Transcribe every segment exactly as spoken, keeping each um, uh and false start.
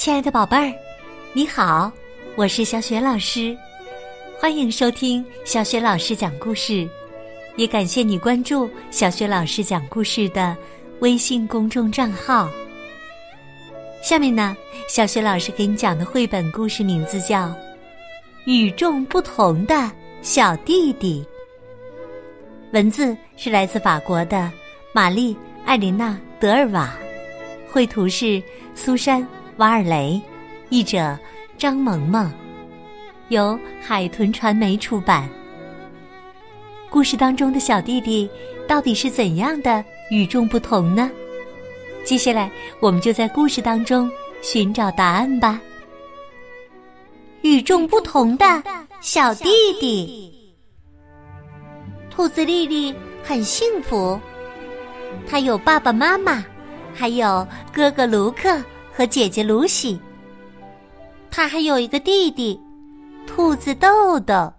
亲爱的宝贝儿，你好，我是小雪老师，欢迎收听小雪老师讲故事，也感谢你关注小雪老师讲故事的微信公众账号。下面呢，小雪老师给你讲的绘本故事名字叫《与众不同的小弟弟》，文字是来自法国的玛丽·艾琳娜·德尔瓦，绘图是苏珊·瓦尔雷，译者张萌萌，由海豚传媒出版。故事当中的小弟弟到底是怎样的与众不同呢？接下来我们就在故事当中寻找答案吧。与众不同的小弟弟。兔子丽丽很幸福，她有爸爸妈妈，还有哥哥卢克和姐姐露西。她还有一个弟弟，兔子豆豆。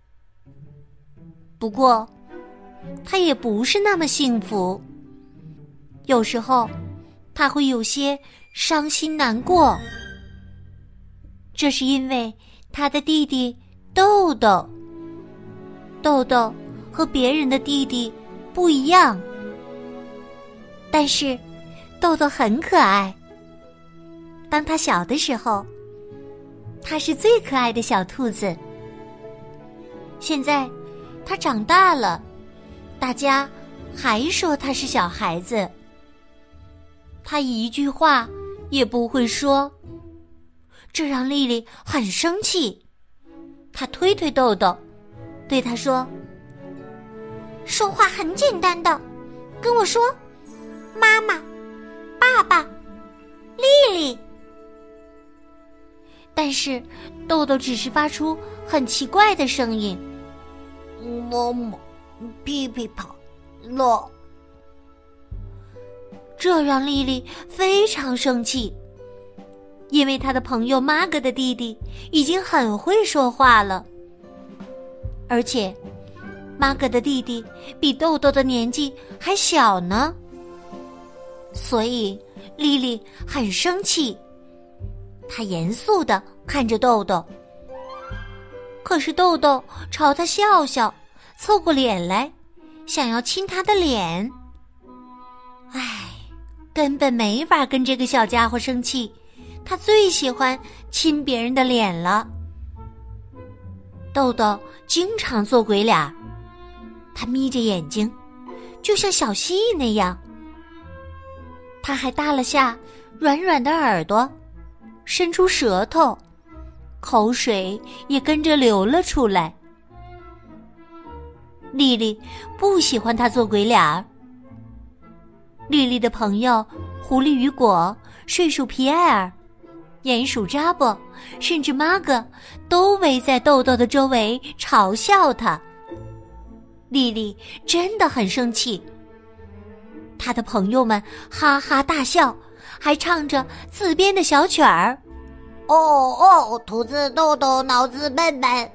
不过，她也不是那么幸福。有时候，她会有些伤心难过。这是因为她的弟弟豆豆。豆豆和别人的弟弟不一样，但是豆豆很可爱。当他小的时候，他是最可爱的小兔子。现在他长大了，大家还说他是小孩子。他一句话也不会说，这让丽丽很生气。她推推豆豆，对他说：说话很简单的，跟我说妈妈、爸爸、丽丽。但是豆豆只是发出很奇怪的声音，妈妈、噼噼啪啦。这让丽丽非常生气，因为她的朋友玛格的弟弟已经很会说话了，而且玛格的弟弟比豆豆的年纪还小呢。所以丽丽很生气，她严肃地看着豆豆。可是豆豆朝她笑笑，凑过脸来，想要亲她的脸。唉，根本没法跟这个小家伙生气，他最喜欢亲别人的脸了。豆豆经常做鬼脸，他眯着眼睛，就像小蜥蜴那样。他还耷了下软软的耳朵，伸出舌头，口水也跟着流了出来。丽丽不喜欢他做鬼脸。丽丽的朋友狐狸雨果、睡鼠皮埃尔、鼹鼠扎波，甚至玛格都围在豆豆的周围嘲笑他。丽丽真的很生气，她的朋友们哈哈大笑，还唱着自编的小曲儿。哦哦，兔子豆豆脑子笨笨。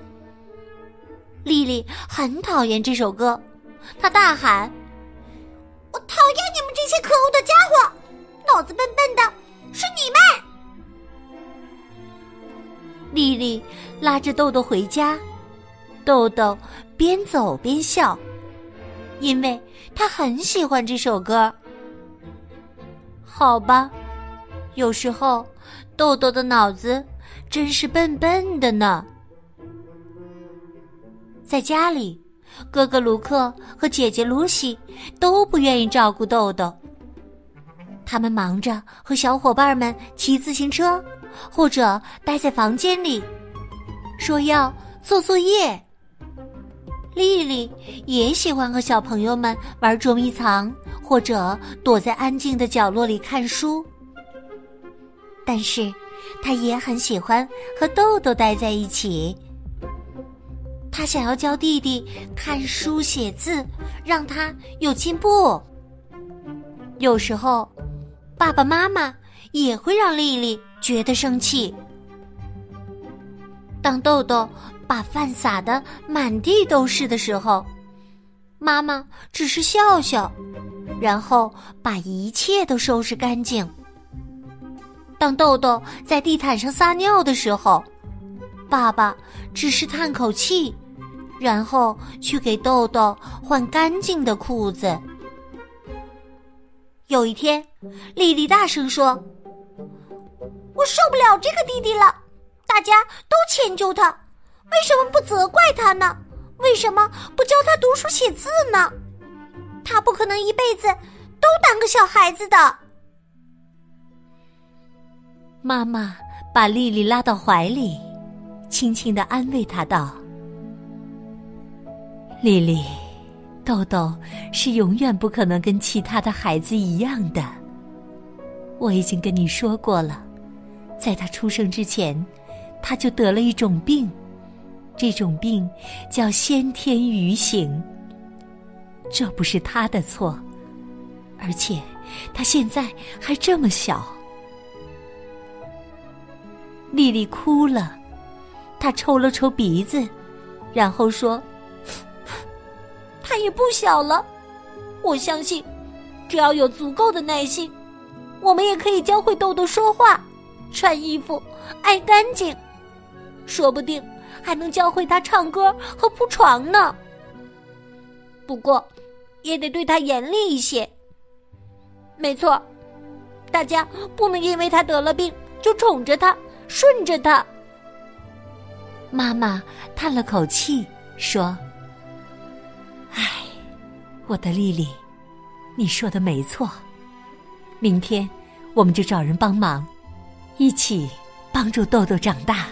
丽丽很讨厌这首歌，她大喊：我讨厌你们这些可恶的家伙，脑子笨笨的是你们。丽丽拉着豆豆回家，豆豆边走边笑，因为他很喜欢这首歌。好吧，有时候豆豆的脑子真是笨笨的呢。在家里，哥哥卢克和姐姐露西都不愿意照顾豆豆，他们忙着和小伙伴们骑自行车，或者待在房间里，说要做作业。丽丽也喜欢和小朋友们玩捉迷藏，或者躲在安静的角落里看书。但是她也很喜欢和豆豆待在一起。他想要教弟弟看书写字，让他有进步。有时候，爸爸妈妈也会让丽丽觉得生气。当豆豆把饭撒得满地都是的时候，妈妈只是笑笑，然后把一切都收拾干净。 当豆豆在地毯上撒尿的时候，爸爸只是叹口气，然后去给豆豆换干净的裤子。有一天，丽丽大声说：“我受不了这个弟弟了，大家都迁就他，为什么不责怪他呢？为什么不教他读书写字呢？他不可能一辈子都当个小孩子的。”妈妈把丽丽拉到怀里，轻轻地安慰她道：“丽丽，豆豆是永远不可能跟其他的孩子一样的。我已经跟你说过了，在他出生之前，他就得了一种病，这种病叫先天愚形。这不是他的错，而且他现在还这么小。”丽丽哭了，她抽了抽鼻子，然后说：“他也不小了，我相信只要有足够的耐心，我们也可以教会豆豆说话、穿衣服、爱干净，说不定还能教会他唱歌和铺床呢。不过也得对他严厉一些。没错，大家不能因为他得了病就宠着他，顺着他。”妈妈叹了口气说：“唉，我的丽丽，你说的没错。明天我们就找人帮忙，一起帮助豆豆长大。”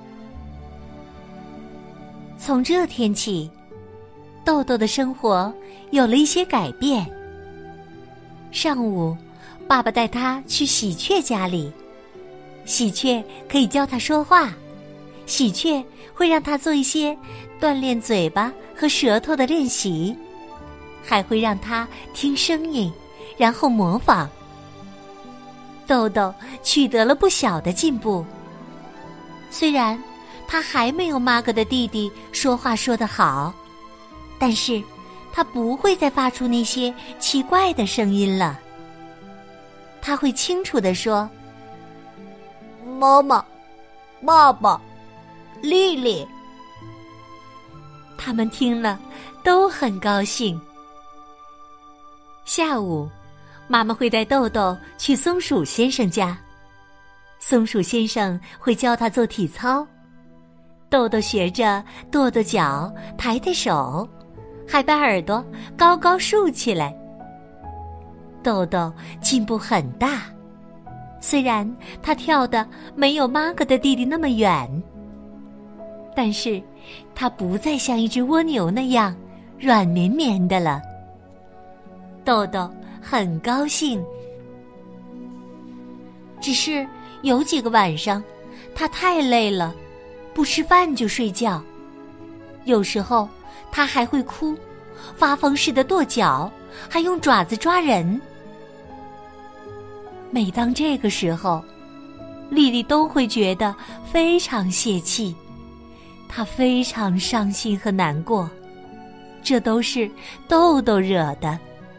从这天起，豆豆的生活有了一些改变。上午，爸爸带他去喜鹊家里，喜鹊可以教他说话，喜鹊会让他做一些锻炼嘴巴和舌头的练习，还会让他听声音，然后模仿。豆豆取得了不小的进步，虽然他还没有妈哥的弟弟说话说得好，但是他不会再发出那些奇怪的声音了。他会清楚地说：“妈妈，爸爸，丽丽。”他们听了都很高兴。下午，妈妈会带豆豆去松鼠先生家，松鼠先生会教他做体操。豆豆学着跺跺脚，抬抬手，还把耳朵高高竖起来。豆豆进步很大，虽然他跳得没有妈哥的弟弟那么远，但是他不再像一只蜗牛那样软绵绵的了。豆豆很高兴，只是有几个晚上他太累了，不吃饭就睡觉，有时候他还会哭，发疯似的跺脚，还用爪子抓人。每当这个时候，丽丽都会觉得非常泄气，她非常伤心和难过，这都是豆豆惹的。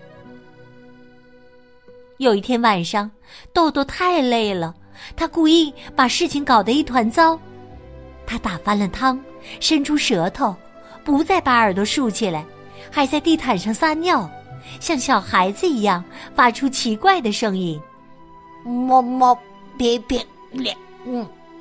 有一天晚上，豆豆太累了，他故意把事情搞得一团糟。他打翻了汤，伸出舌头，不再把耳朵竖起来，还在地毯上撒尿，像小孩子一样发出奇怪的声音。摸摸别别咧，嗯。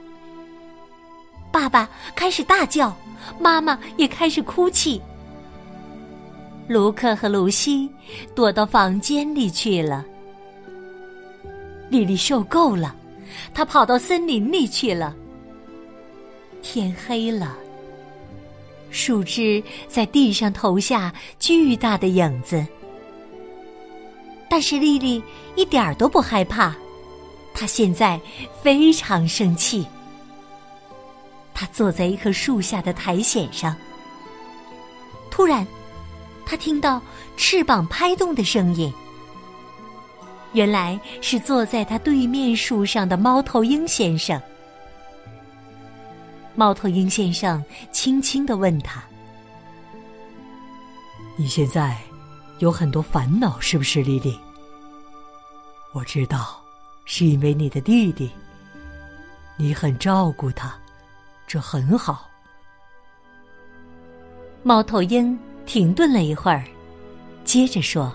爸爸开始大叫，妈妈也开始哭泣。卢克和卢西躲到房间里去了。丽丽受够了，她跑到森林里去了。天黑了，树枝在地上投下巨大的影子，但是丽丽一点儿都不害怕，她现在非常生气。她坐在一棵树下的苔藓上，突然她听到翅膀拍动的声音，原来是坐在她对面树上的猫头鹰先生。猫头鹰先生轻轻地问他：“ 你现在有很多烦恼，是不是，丽丽？我知道，是因为你的弟弟你很照顾它，这很好。 猫头鹰停顿了一会儿，接着说：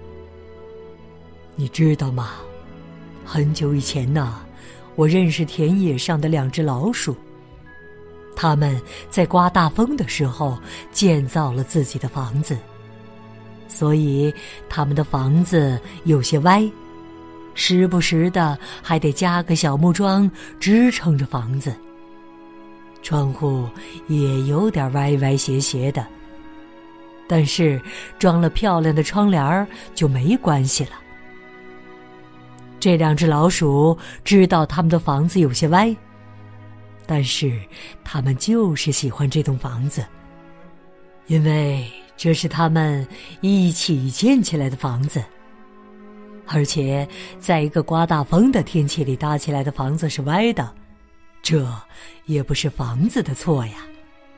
你知道吗？很久以前呢，我认识田野上的两只老鼠，它们在刮大风的时候建造了自己的房子，所以它们的房子有些歪，时不时的还得加个小木桩支撑着房子，窗户也有点歪歪斜斜的，但是装了漂亮的窗帘就没关系了。这两只老鼠知道他们的房子有些歪，但是他们就是喜欢这栋房子，因为这是他们一起建起来的房子，而且在一个刮大风的天气里搭起来的房子是歪的，这也不是房子的错呀。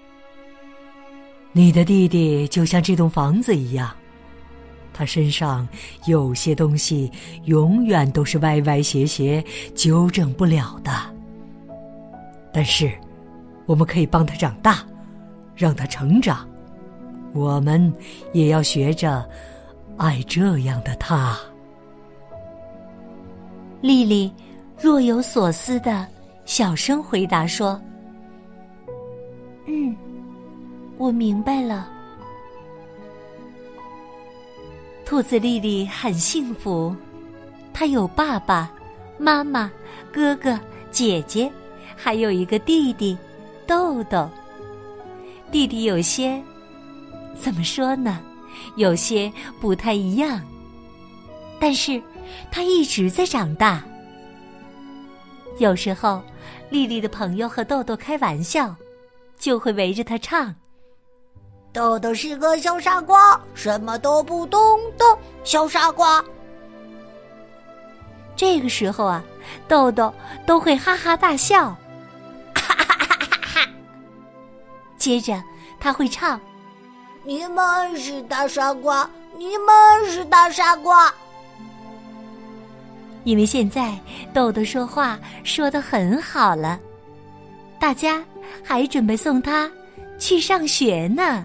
你的弟弟就像这栋房子一样，他身上有些东西永远都是歪歪斜斜，纠正不了的。但是我们可以帮他长大，让他成长，我们也要学着爱这样的他。 丽丽若有所思地小声回答说：嗯，我明白了。兔子丽丽很幸福，她有爸爸妈妈、哥哥姐姐，还有一个弟弟豆豆。弟弟有些怎么说呢，有些不太一样，但是他一直在长大。有时候丽丽的朋友和豆豆开玩笑，就会围着他唱： 豆豆是个小傻瓜，什么都不懂的小傻瓜。 这个时候啊，豆豆都会哈哈大笑，哈哈哈哈哈。接着他会唱： 你们是大傻瓜，你们是大傻瓜。 因为现在豆豆说话说得很好了，大家还准备送他去上学呢。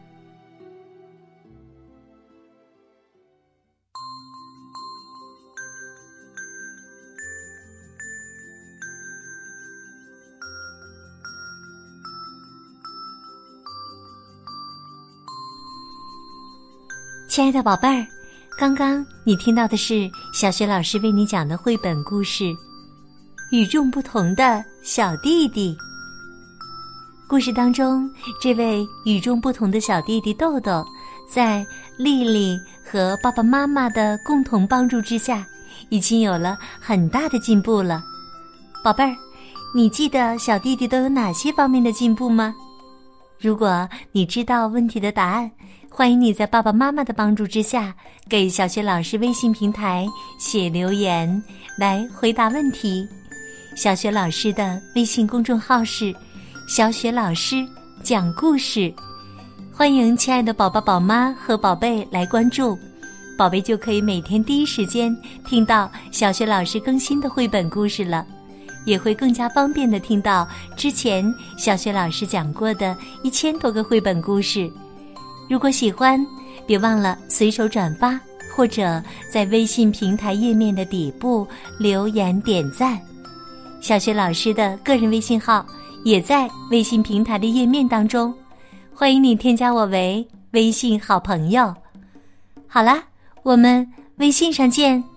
亲爱的宝贝儿，刚刚你听到的是小学老师为你讲的绘本故事《与众不同的小弟弟》。故事当中，这位与众不同的小弟弟豆豆，在丽丽和爸爸妈妈的共同帮助之下，已经有了很大的进步了。宝贝儿，你记得小弟弟都有哪些方面的进步吗？如果你知道问题的答案，欢迎你在爸爸妈妈的帮助之下，给小学老师微信平台写留言来回答问题。小学老师的微信公众号是小雪老师讲故事，欢迎亲爱的宝宝宝妈和宝贝来关注，宝贝就可以每天第一时间听到小学老师更新的绘本故事了，也会更加方便地听到之前小学老师讲过的一千多个绘本故事。如果喜欢，别忘了随手转发，或者在微信平台页面的底部留言点赞。小学老师的个人微信号也在微信平台的页面当中，欢迎你添加我为微信好朋友。好啦，我们微信上见。